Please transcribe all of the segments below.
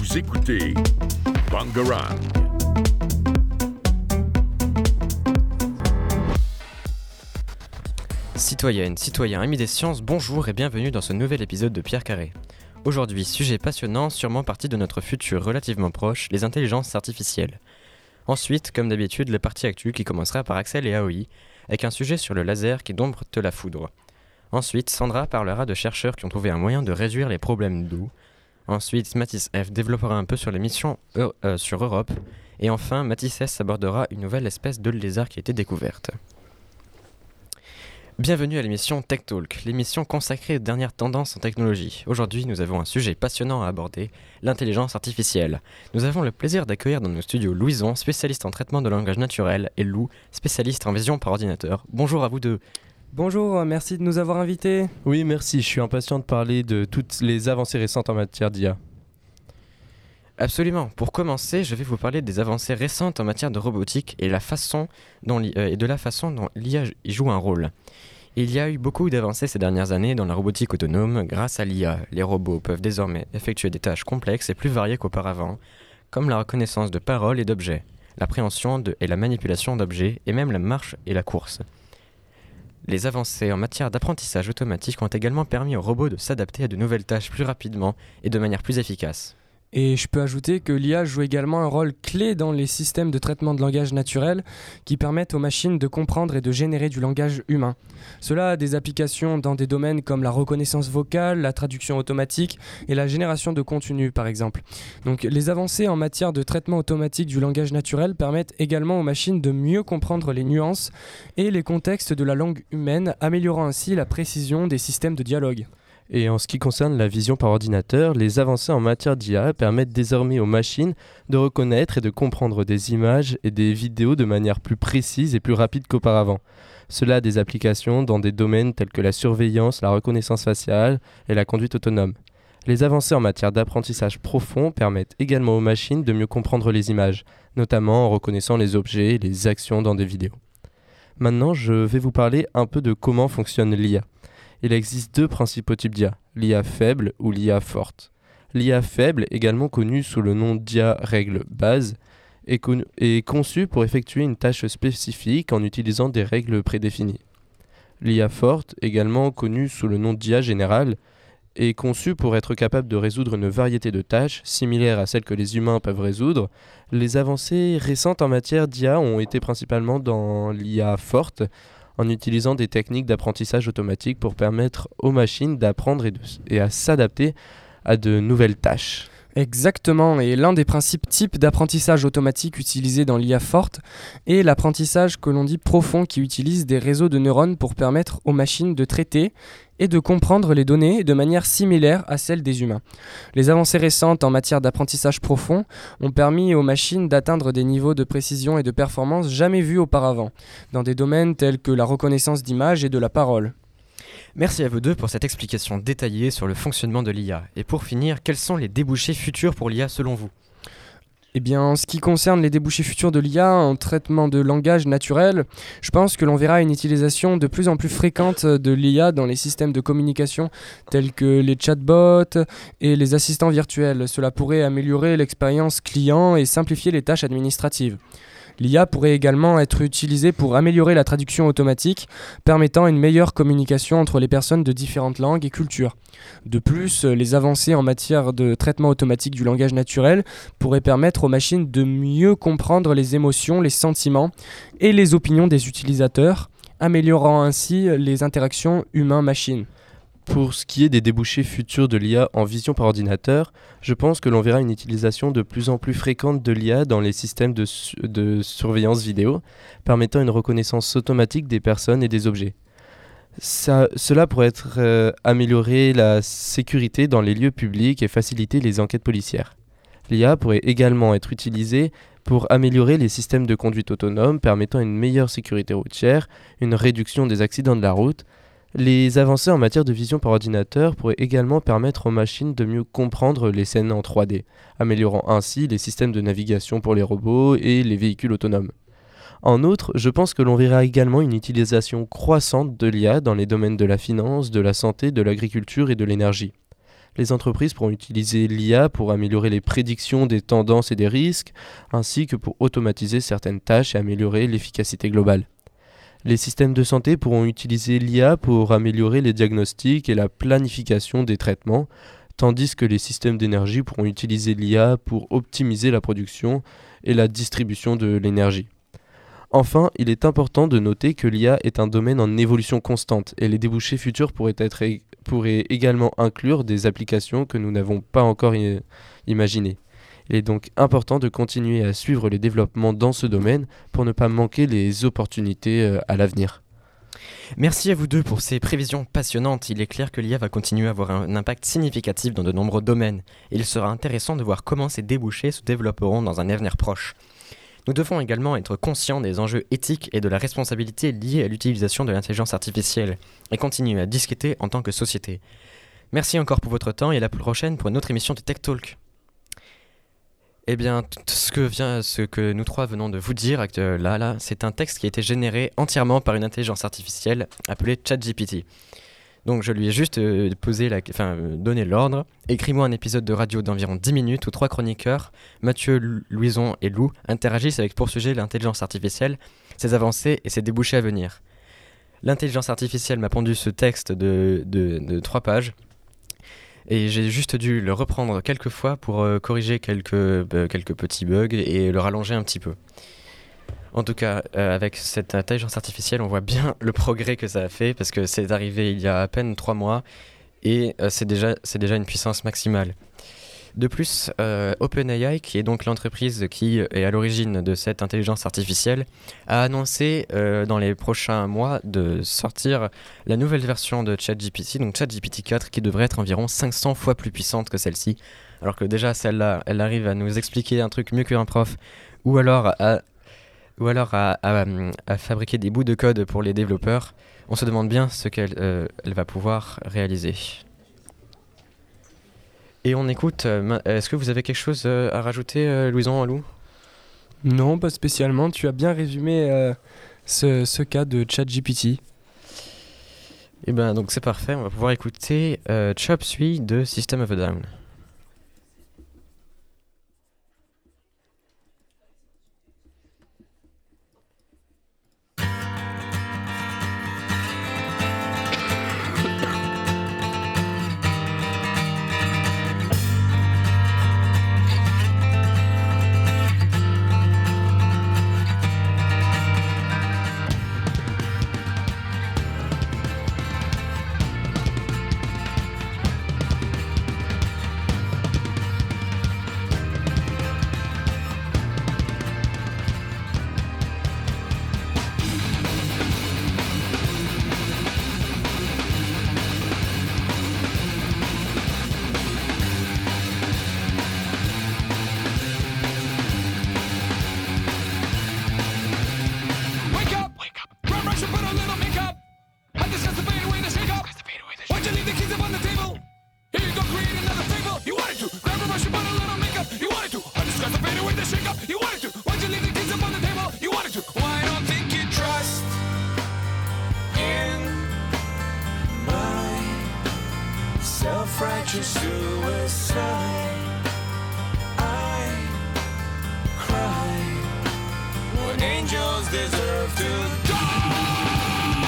Vous écoutez Bangarang. Citoyennes, citoyens, amis des sciences, bonjour et bienvenue dans ce nouvel épisode de Pierre Carré. Aujourd'hui, sujet passionnant, sûrement partie de notre futur relativement proche, les intelligences artificielles. Ensuite, comme d'habitude, la partie actu qui commencera par Axel et Aoi, avec un sujet sur le laser qui dompte la foudre. Ensuite, Sandra parlera de chercheurs qui ont trouvé un moyen de réduire les problèmes d'eau. Ensuite, Mathis F développera un peu sur les missions sur Europe. Et enfin, Mathis S abordera une nouvelle espèce de lézard qui a été découverte. Bienvenue à l'émission Tech Talk, l'émission consacrée aux dernières tendances en technologie. Aujourd'hui, nous avons un sujet passionnant à aborder, l'intelligence artificielle. Nous avons le plaisir d'accueillir dans nos studios Louison, spécialiste en traitement de langage naturel, et Lou, spécialiste en vision par ordinateur. Bonjour à vous deux. Bonjour, merci de nous avoir invités. Oui, merci, je suis impatient de parler de toutes les avancées récentes en matière d'IA. Absolument. Pour commencer, je vais vous parler des avancées récentes en matière de robotique et de la façon dont l'IA y joue un rôle. Il y a eu beaucoup d'avancées ces dernières années dans la robotique autonome. Grâce à l'IA, les robots peuvent désormais effectuer des tâches complexes et plus variées qu'auparavant, comme la reconnaissance de paroles et d'objets, l'appréhension et la manipulation d'objets, et même la marche et la course. Les avancées en matière d'apprentissage automatique ont également permis aux robots de s'adapter à de nouvelles tâches plus rapidement et de manière plus efficace. Et je peux ajouter que l'IA joue également un rôle clé dans les systèmes de traitement de langage naturel qui permettent aux machines de comprendre et de générer du langage humain. Cela a des applications dans des domaines comme la reconnaissance vocale, la traduction automatique et la génération de contenu par exemple. Donc les avancées en matière de traitement automatique du langage naturel permettent également aux machines de mieux comprendre les nuances et les contextes de la langue humaine, améliorant ainsi la précision des systèmes de dialogue. Et en ce qui concerne la vision par ordinateur, les avancées en matière d'IA permettent désormais aux machines de reconnaître et de comprendre des images et des vidéos de manière plus précise et plus rapide qu'auparavant. Cela a des applications dans des domaines tels que la surveillance, la reconnaissance faciale et la conduite autonome. Les avancées en matière d'apprentissage profond permettent également aux machines de mieux comprendre les images, notamment en reconnaissant les objets et les actions dans des vidéos. Maintenant, je vais vous parler un peu de comment fonctionne l'IA. Il existe deux principaux types d'IA, l'IA faible ou l'IA forte. L'IA faible, également connue sous le nom d'IA règle base, est conçue pour effectuer une tâche spécifique en utilisant des règles prédéfinies. L'IA forte, également connue sous le nom d'IA générale, est conçue pour être capable de résoudre une variété de tâches similaires à celles que les humains peuvent résoudre. Les avancées récentes en matière d'IA ont été principalement dans l'IA forte, en utilisant des techniques d'apprentissage automatique pour permettre aux machines d'apprendre et à s'adapter à de nouvelles tâches. Exactement, et l'un des principes types d'apprentissage automatique utilisés dans l'IA forte est l'apprentissage que l'on dit profond qui utilise des réseaux de neurones pour permettre aux machines de traiter et de comprendre les données de manière similaire à celle des humains. Les avancées récentes en matière d'apprentissage profond ont permis aux machines d'atteindre des niveaux de précision et de performance jamais vus auparavant, dans des domaines tels que la reconnaissance d'images et de la parole. Merci à vous deux pour cette explication détaillée sur le fonctionnement de l'IA. Et pour finir, quels sont les débouchés futurs pour l'IA selon vous ? Eh bien, en ce qui concerne les débouchés futurs de l'IA en traitement de langage naturel, je pense que l'on verra une utilisation de plus en plus fréquente de l'IA dans les systèmes de communication tels que les chatbots et les assistants virtuels. Cela pourrait améliorer l'expérience client et simplifier les tâches administratives. L'IA pourrait également être utilisée pour améliorer la traduction automatique, permettant une meilleure communication entre les personnes de différentes langues et cultures. De plus, les avancées en matière de traitement automatique du langage naturel pourraient permettre aux machines de mieux comprendre les émotions, les sentiments et les opinions des utilisateurs, améliorant ainsi les interactions humain-machine. Pour ce qui est des débouchés futurs de l'IA en vision par ordinateur, je pense que l'on verra une utilisation de plus en plus fréquente de l'IA dans les systèmes de surveillance vidéo, permettant une reconnaissance automatique des personnes et des objets. Cela pourrait améliorer la sécurité dans les lieux publics et faciliter les enquêtes policières. L'IA pourrait également être utilisée pour améliorer les systèmes de conduite autonome, permettant une meilleure sécurité routière, une réduction des accidents de la route. Les avancées en matière de vision par ordinateur pourraient également permettre aux machines de mieux comprendre les scènes en 3D, améliorant ainsi les systèmes de navigation pour les robots et les véhicules autonomes. En outre, je pense que l'on verra également une utilisation croissante de l'IA dans les domaines de la finance, de la santé, de l'agriculture et de l'énergie. Les entreprises pourront utiliser l'IA pour améliorer les prédictions des tendances et des risques, ainsi que pour automatiser certaines tâches et améliorer l'efficacité globale. Les systèmes de santé pourront utiliser l'IA pour améliorer les diagnostics et la planification des traitements, tandis que les systèmes d'énergie pourront utiliser l'IA pour optimiser la production et la distribution de l'énergie. Enfin, il est important de noter que l'IA est un domaine en évolution constante et les débouchés futurs pourraient également inclure des applications que nous n'avons pas encore imaginées. Il est donc important de continuer à suivre les développements dans ce domaine pour ne pas manquer les opportunités à l'avenir. Merci à vous deux pour ces prévisions passionnantes. Il est clair que l'IA va continuer à avoir un impact significatif dans de nombreux domaines. Et il sera intéressant de voir comment ces débouchés se développeront dans un avenir proche. Nous devons également être conscients des enjeux éthiques et de la responsabilité liée à l'utilisation de l'intelligence artificielle et continuer à discuter en tant que société. Merci encore pour votre temps et à la prochaine pour une autre émission de Tech Talk. Eh bien, ce que nous trois venons de vous dire là, c'est un texte qui a été généré entièrement par une intelligence artificielle appelée ChatGPT. Donc je lui ai juste donné l'ordre. Écris-moi un épisode de radio d'environ 10 minutes où 3 chroniqueurs, Mathieu, Louison et Lou, interagissent avec pour sujet l'intelligence artificielle, ses avancées et ses débouchés à venir. L'intelligence artificielle m'a pondu ce texte de 3 pages. Et j'ai juste dû le reprendre quelques fois pour corriger quelques petits bugs et le rallonger un petit peu. En tout cas, avec cette intelligence artificielle, on voit bien le progrès que ça a fait parce que c'est arrivé il y a à peine 3 mois et c'est déjà une puissance maximale. De plus, OpenAI, qui est donc l'entreprise qui est à l'origine de cette intelligence artificielle, a annoncé dans les prochains mois de sortir la nouvelle version de ChatGPT, donc ChatGPT 4, qui devrait être environ 500 fois plus puissante que celle-ci. Alors que déjà celle-là, elle arrive à nous expliquer un truc mieux qu'un prof, ou alors à fabriquer des bouts de code pour les développeurs. On se demande bien ce qu'elle va pouvoir réaliser. Et on écoute, est-ce que vous avez quelque chose à rajouter, Louison, Lou ? Non, pas spécialement. Tu as bien résumé ce cas de ChatGPT. Et ben donc c'est parfait, on va pouvoir écouter Chop Suey de System of a Down. self-righteous suicide. I cry when angels deserve to die.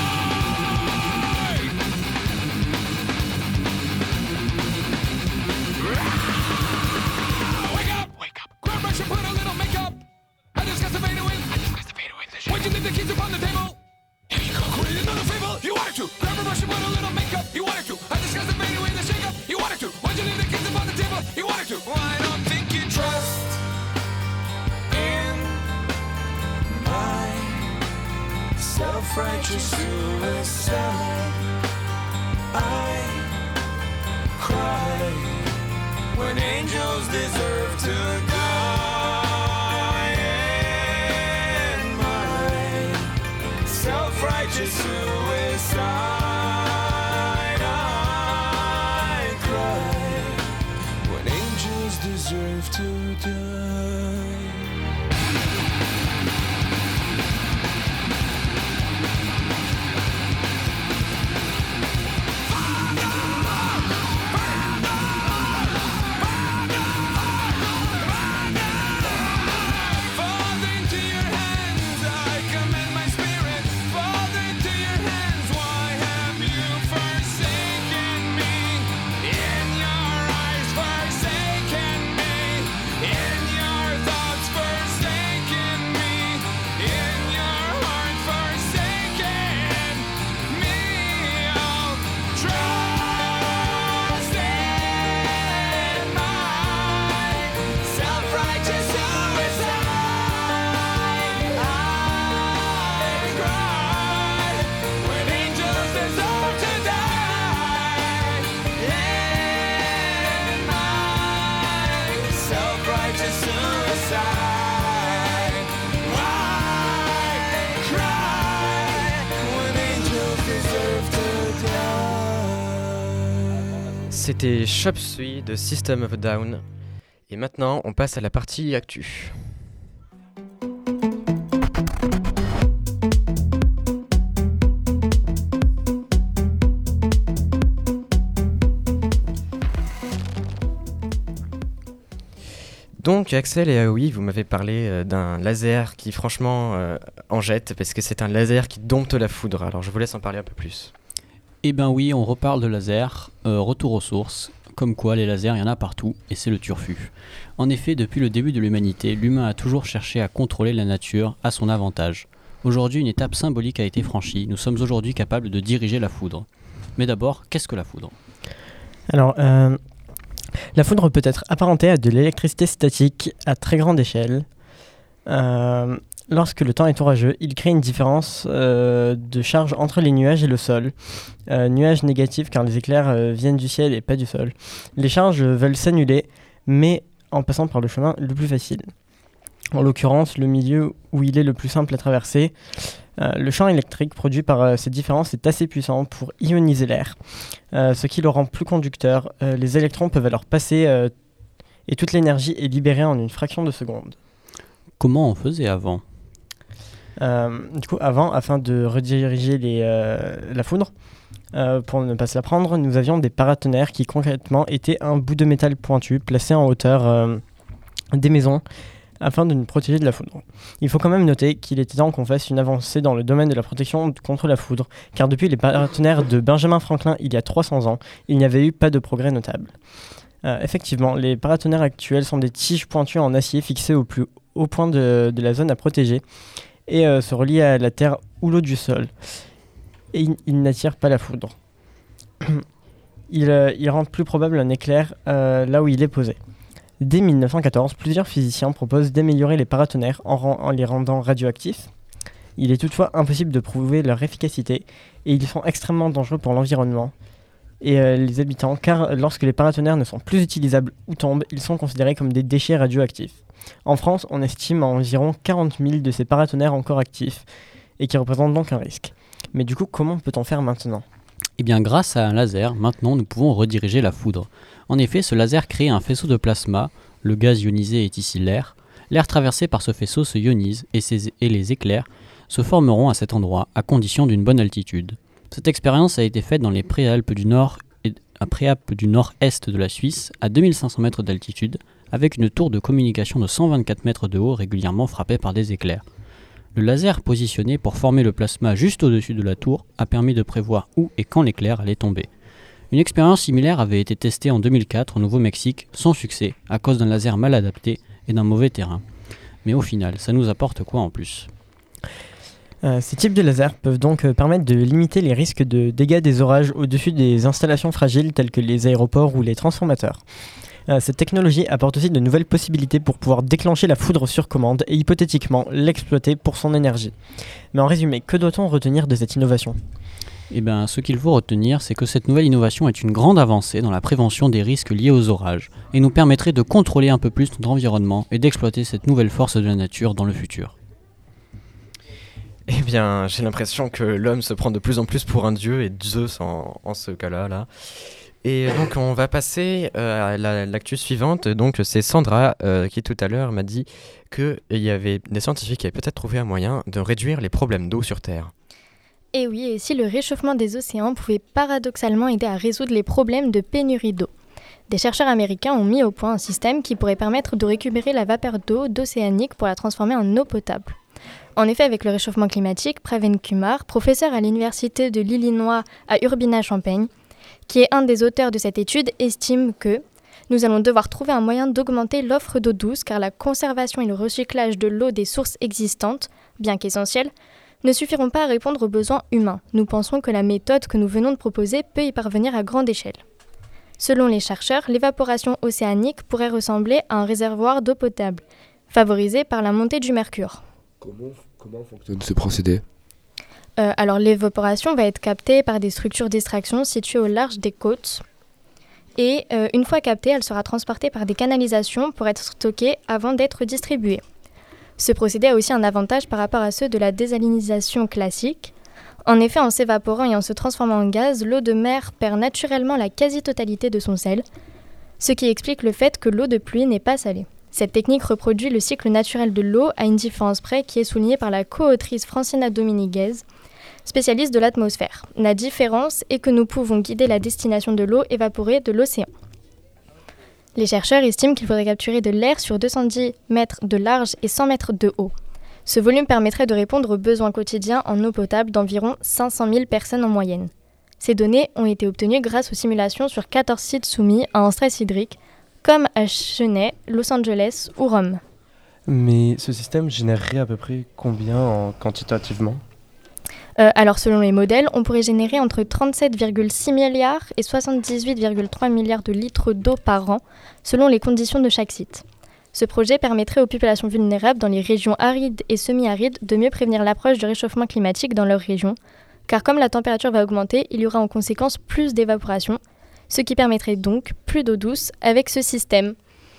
Wake up, grab brush and put a little makeup. I discuss the fade away. Why'd you leave the keys upon the table? Here you go, create another fable. You wanted to grab a brush and put a little makeup. You wanted to. I discuss the fade away, the shake up. You wanted to. Why'd you leave the keys upon the table? You wanted to. Well, I don't think you trust in my self-righteous suicide. I cry when angels deserve to die. And my self-righteous suicide. I cry when angels deserve to die. c'était Chop Suey de System of a Down. Et maintenant, on passe à la partie actu. Donc Axel et Aoi, vous m'avez parlé d'un laser qui franchement en jette, parce que c'est un laser qui dompte la foudre. Alors je vous laisse en parler un peu plus. Eh ben oui, on reparle de laser, retour aux sources, comme quoi les lasers, il y en a partout, et c'est le turfu. En effet, depuis le début de l'humanité, l'humain a toujours cherché à contrôler la nature à son avantage. Aujourd'hui, une étape symbolique a été franchie, nous sommes aujourd'hui capables de diriger la foudre. Mais d'abord, qu'est-ce que la foudre ? Alors, la foudre peut être apparentée à de l'électricité statique à très grande échelle. Lorsque le temps est orageux, il crée une différence de charge entre les nuages et le sol. Nuages négatifs car les éclairs viennent du ciel et pas du sol. Les charges veulent s'annuler, mais en passant par le chemin le plus facile. En l'occurrence, le milieu où il est le plus simple à traverser. Le champ électrique produit par cette différence est assez puissant pour ioniser l'air, ce qui le rend plus conducteur. Les électrons peuvent alors passer et toute l'énergie est libérée en une fraction de seconde. Comment on faisait avant ? Du coup, avant, afin de rediriger la foudre, pour ne pas se la prendre, nous avions des paratonnerres qui concrètement étaient un bout de métal pointu placé en hauteur des maisons afin de nous protéger de la foudre. Il faut quand même noter qu'il était temps qu'on fasse une avancée dans le domaine de la protection contre la foudre, car depuis les paratonnerres de Benjamin Franklin il y a 300 ans, il n'y avait eu pas de progrès notable. Effectivement, les paratonnerres actuels sont des tiges pointues en acier fixées au plus haut point de la zone à protéger et se relient à la terre ou l'eau du sol. Et ils n'attirent pas la foudre. Il rend plus probable un éclair là où il est posé. Dès 1914, plusieurs physiciens proposent d'améliorer les paratonnerres en les rendant radioactifs. Il est toutefois impossible de prouver leur efficacité et ils sont extrêmement dangereux pour l'environnement et les habitants, car lorsque les paratonnerres ne sont plus utilisables ou tombent, ils sont considérés comme des déchets radioactifs. En France, on estime à environ 40 000 de ces paratonnerres encore actifs et qui représentent donc un risque. Mais du coup, comment peut-on faire maintenant ? Eh bien, grâce à un laser, maintenant nous pouvons rediriger la foudre. En effet, ce laser crée un faisceau de plasma, le gaz ionisé est ici l'air. L'air traversé par ce faisceau se ionise et les éclairs se formeront à cet endroit à condition d'une bonne altitude. Cette expérience a été faite dans les préalpes du nord et préalpes du nord-est de la Suisse, à 2500 mètres d'altitude, avec une tour de communication de 124 mètres de haut régulièrement frappée par des éclairs. Le laser positionné pour former le plasma juste au-dessus de la tour a permis de prévoir où et quand l'éclair allait tomber. Une expérience similaire avait été testée en 2004 au Nouveau-Mexique, sans succès, à cause d'un laser mal adapté et d'un mauvais terrain. Mais au final, ça nous apporte quoi en plus ? Ces types de lasers peuvent donc permettre de limiter les risques de dégâts des orages au-dessus des installations fragiles telles que les aéroports ou les transformateurs. Cette technologie apporte aussi de nouvelles possibilités pour pouvoir déclencher la foudre sur commande et hypothétiquement l'exploiter pour son énergie. Mais en résumé, que doit-on retenir de cette innovation ? Eh bien, ce qu'il faut retenir, c'est que cette nouvelle innovation est une grande avancée dans la prévention des risques liés aux orages et nous permettrait de contrôler un peu plus notre environnement et d'exploiter cette nouvelle force de la nature dans le futur. Eh bien, j'ai l'impression que l'homme se prend de plus en plus pour un dieu, et Zeus en ce cas-là. Là. Et donc, on va passer à l'actu suivante. Donc, c'est Sandra qui, tout à l'heure, m'a dit qu'il y avait des scientifiques qui avaient peut-être trouvé un moyen de réduire les problèmes d'eau sur Terre. Et oui, et si le réchauffement des océans pouvait paradoxalement aider à résoudre les problèmes de pénurie d'eau. Des chercheurs américains ont mis au point un système qui pourrait permettre de récupérer la vapeur d'eau d'océanique pour la transformer en eau potable. En effet, avec le réchauffement climatique, Praveen Kumar, professeur à l'université de l'Illinois à Urbana-Champaign, qui est un des auteurs de cette étude, estime que nous allons devoir trouver un moyen d'augmenter l'offre d'eau douce car la conservation et le recyclage de l'eau des sources existantes, bien qu'essentielles, ne suffiront pas à répondre aux besoins humains. Nous pensons que la méthode que nous venons de proposer peut y parvenir à grande échelle. Selon les chercheurs, l'évaporation océanique pourrait ressembler à un réservoir d'eau potable, favorisé par la montée du mercure. Comment fonctionne ce procédé ? Alors l'évaporation va être captée par des structures d'extraction situées au large des côtes. Et une fois captée, elle sera transportée par des canalisations pour être stockée avant d'être distribuée. Ce procédé a aussi un avantage par rapport à ceux de la désalinisation classique. En effet, en s'évaporant et en se transformant en gaz, l'eau de mer perd naturellement la quasi-totalité de son sel, ce qui explique le fait que l'eau de pluie n'est pas salée. Cette technique reproduit le cycle naturel de l'eau à une différence près qui est soulignée par la co-autrice Francina Dominguez, spécialiste de l'atmosphère. La différence est que nous pouvons guider la destination de l'eau évaporée de l'océan. Les chercheurs estiment qu'il faudrait capturer de l'air sur 210 mètres de large et 100 mètres de haut. Ce volume permettrait de répondre aux besoins quotidiens en eau potable d'environ 500 000 personnes en moyenne. Ces données ont été obtenues grâce aux simulations sur 14 sites soumis à un stress hydrique, comme à Chennai, Los Angeles ou Rome. Mais ce système générerait à peu près combien quantitativement ? Alors selon les modèles, on pourrait générer entre 37,6 milliards et 78,3 milliards de litres d'eau par an, selon les conditions de chaque site. Ce projet permettrait aux populations vulnérables dans les régions arides et semi-arides de mieux prévenir l'approche du réchauffement climatique dans leur région, car comme la température va augmenter, il y aura en conséquence plus d'évaporation, ce qui permettrait donc plus d'eau douce avec ce système.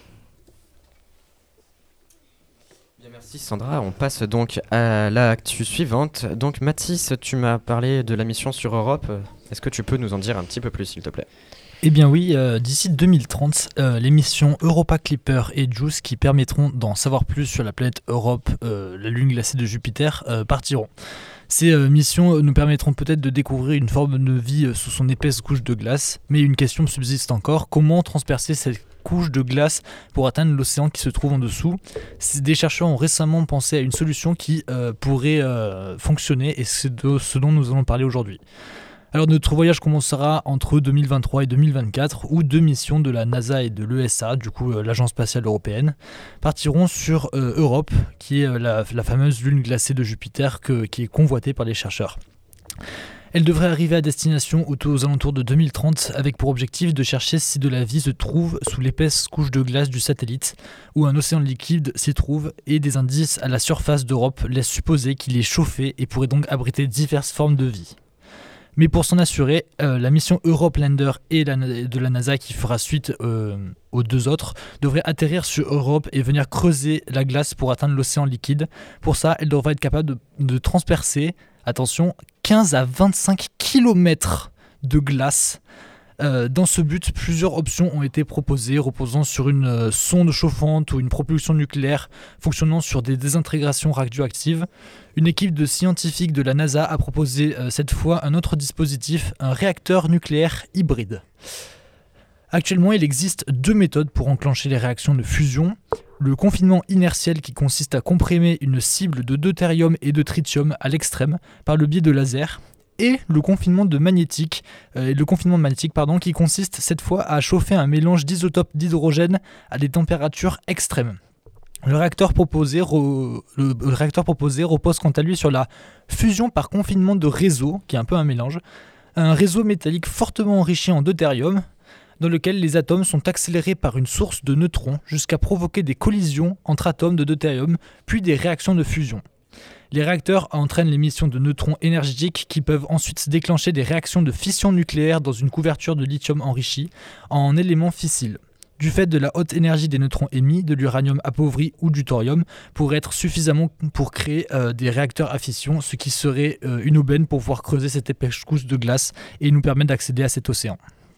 Bien, merci Sandra, on passe donc à l'actu suivante. Donc Mathis, tu m'as parlé de la mission sur Europe, est-ce que tu peux nous en dire un petit peu plus s'il te plaît ? Eh bien oui, d'ici 2030, les missions Europa Clipper et JUICE qui permettront d'en savoir plus sur la planète Europe, la lune glacée de Jupiter, partiront. Ces missions nous permettront peut-être de découvrir une forme de vie sous son épaisse couche de glace, mais une question subsiste encore, comment transpercer cette couche de glace pour atteindre l'océan qui se trouve en dessous ? Des chercheurs ont récemment pensé à une solution qui pourrait fonctionner et c'est de ce dont nous allons parler aujourd'hui. Alors notre voyage commencera entre 2023 et 2024 où deux missions de la NASA et de l'ESA, du coup l'Agence spatiale européenne, partiront sur Europe, qui est la fameuse lune glacée de Jupiter qui est convoitée par les chercheurs. Elle devrait arriver à destination aux alentours de 2030 avec pour objectif de chercher si de la vie se trouve sous l'épaisse couche de glace du satellite où un océan liquide s'y trouve et des indices à la surface d'Europe laissent supposer qu'il est chauffé et pourrait donc abriter diverses formes de vie. Mais pour s'en assurer, la mission Europe Lander et de la NASA qui fera suite aux deux autres devrait atterrir sur Europe et venir creuser la glace pour atteindre l'océan liquide. Pour ça, elle devrait être capable de transpercer, attention, 15 à 25 km de glace. Dans ce but, plusieurs options ont été proposées, reposant sur une sonde chauffante ou une propulsion nucléaire fonctionnant sur des désintégrations radioactives. Une équipe de scientifiques de la NASA a proposé cette fois un autre dispositif, un réacteur nucléaire hybride. Actuellement, il existe deux méthodes pour enclencher les réactions de fusion. Le confinement inertiel qui consiste à comprimer une cible de deutérium et de tritium à l'extrême par le biais de lasers. Et le confinement magnétique qui consiste cette fois à chauffer un mélange d'isotopes d'hydrogène à des températures extrêmes. Le réacteur proposé repose quant à lui sur la fusion par confinement de réseau, qui est un peu un mélange, un réseau métallique fortement enrichi en deutérium, dans lequel les atomes sont accélérés par une source de neutrons jusqu'à provoquer des collisions entre atomes de deutérium, puis des réactions de fusion. Les réacteurs entraînent l'émission de neutrons énergétiques qui peuvent ensuite déclencher des réactions de fission nucléaire dans une couverture de lithium enrichi en éléments fissiles. Du fait de la haute énergie des neutrons émis, de l'uranium appauvri ou du thorium pourrait être suffisamment pour créer des réacteurs à fission, ce qui serait une aubaine pour pouvoir creuser cette épaisse couche de glace et nous permettre d'accéder à cet océan.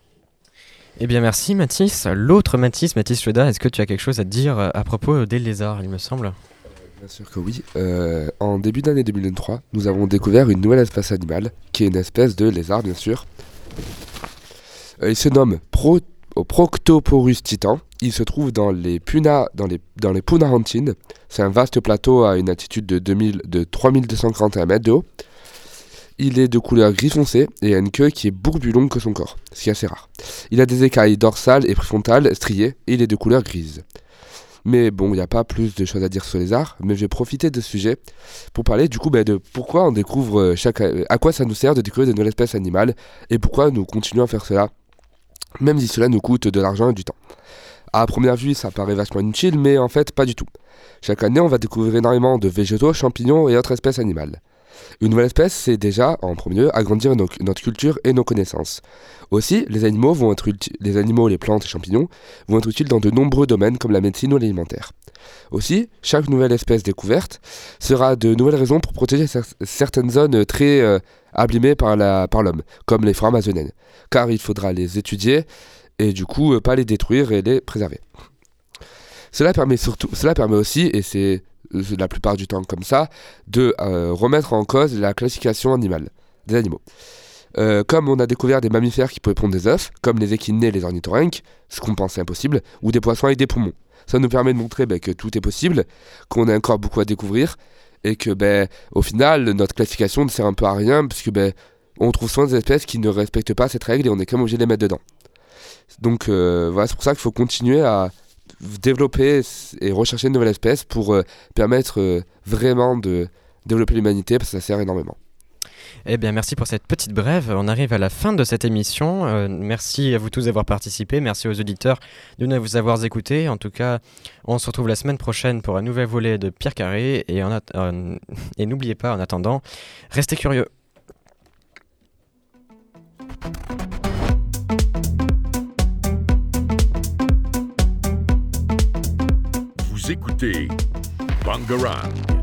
Eh bien merci Mathis. L'autre Mathis Schweda, est-ce que tu as quelque chose à dire à propos des lézards, il me semble ? Bien sûr que oui. En début d'année 2023, nous avons découvert une nouvelle espèce animale, qui est une espèce de lézard, bien sûr. Il se nomme Proctoporus titan. Il se trouve dans les Punarantines. C'est un vaste plateau à une altitude de 3241 mètres de haut. Il est de couleur gris foncé et a une queue qui est beaucoup plus longue que son corps, ce qui est assez rare. Il a des écailles dorsales et préfrontales striées et il est de couleur grise. Mais bon, il n'y a pas plus de choses à dire sur les lézards, mais je vais profiter de ce sujet pour parler du coup de pourquoi on découvre à quoi ça nous sert de découvrir de nouvelles espèces animales et pourquoi nous continuons à faire cela, même si cela nous coûte de l'argent et du temps. À première vue, ça paraît vachement inutile, mais en fait, pas du tout. Chaque année, on va découvrir énormément de végétaux, champignons et autres espèces animales. Une nouvelle espèce, c'est déjà, en premier lieu, agrandir notre culture et nos connaissances. Aussi, les animaux, les plantes et champignons vont être utiles dans de nombreux domaines comme la médecine ou l'alimentaire. Aussi, chaque nouvelle espèce découverte sera de nouvelles raisons pour protéger certaines zones très abîmées par l'homme, comme les forêts amazoniennes, car il faudra les étudier et du coup pas les détruire et les préserver. Cela permet aussi, et c'est la plupart du temps comme ça, de remettre en cause la classification animale des animaux. Comme on a découvert des mammifères qui pouvaient pondre des œufs, comme les échidnés et les ornithorynques, ce qu'on pensait impossible, ou des poissons avec des poumons. Ça nous permet de montrer que tout est possible, qu'on a encore beaucoup à découvrir, et que au final, notre classification ne sert un peu à rien, puisque on trouve souvent des espèces qui ne respectent pas cette règle et on est quand même obligé de les mettre dedans. Donc voilà, c'est pour ça qu'il faut continuer à développer et rechercher de nouvelles espèces pour permettre vraiment de développer l'humanité, parce que ça sert énormément. Eh bien, merci pour cette petite brève. On arrive à la fin de cette émission. Merci à vous tous d'avoir participé. Merci aux auditeurs de nous avoir écoutés. En tout cas, on se retrouve la semaine prochaine pour un nouvel volet de Pierre Carré. Et n'oubliez pas, en attendant, restez curieux. Vous écoutez Bangarang.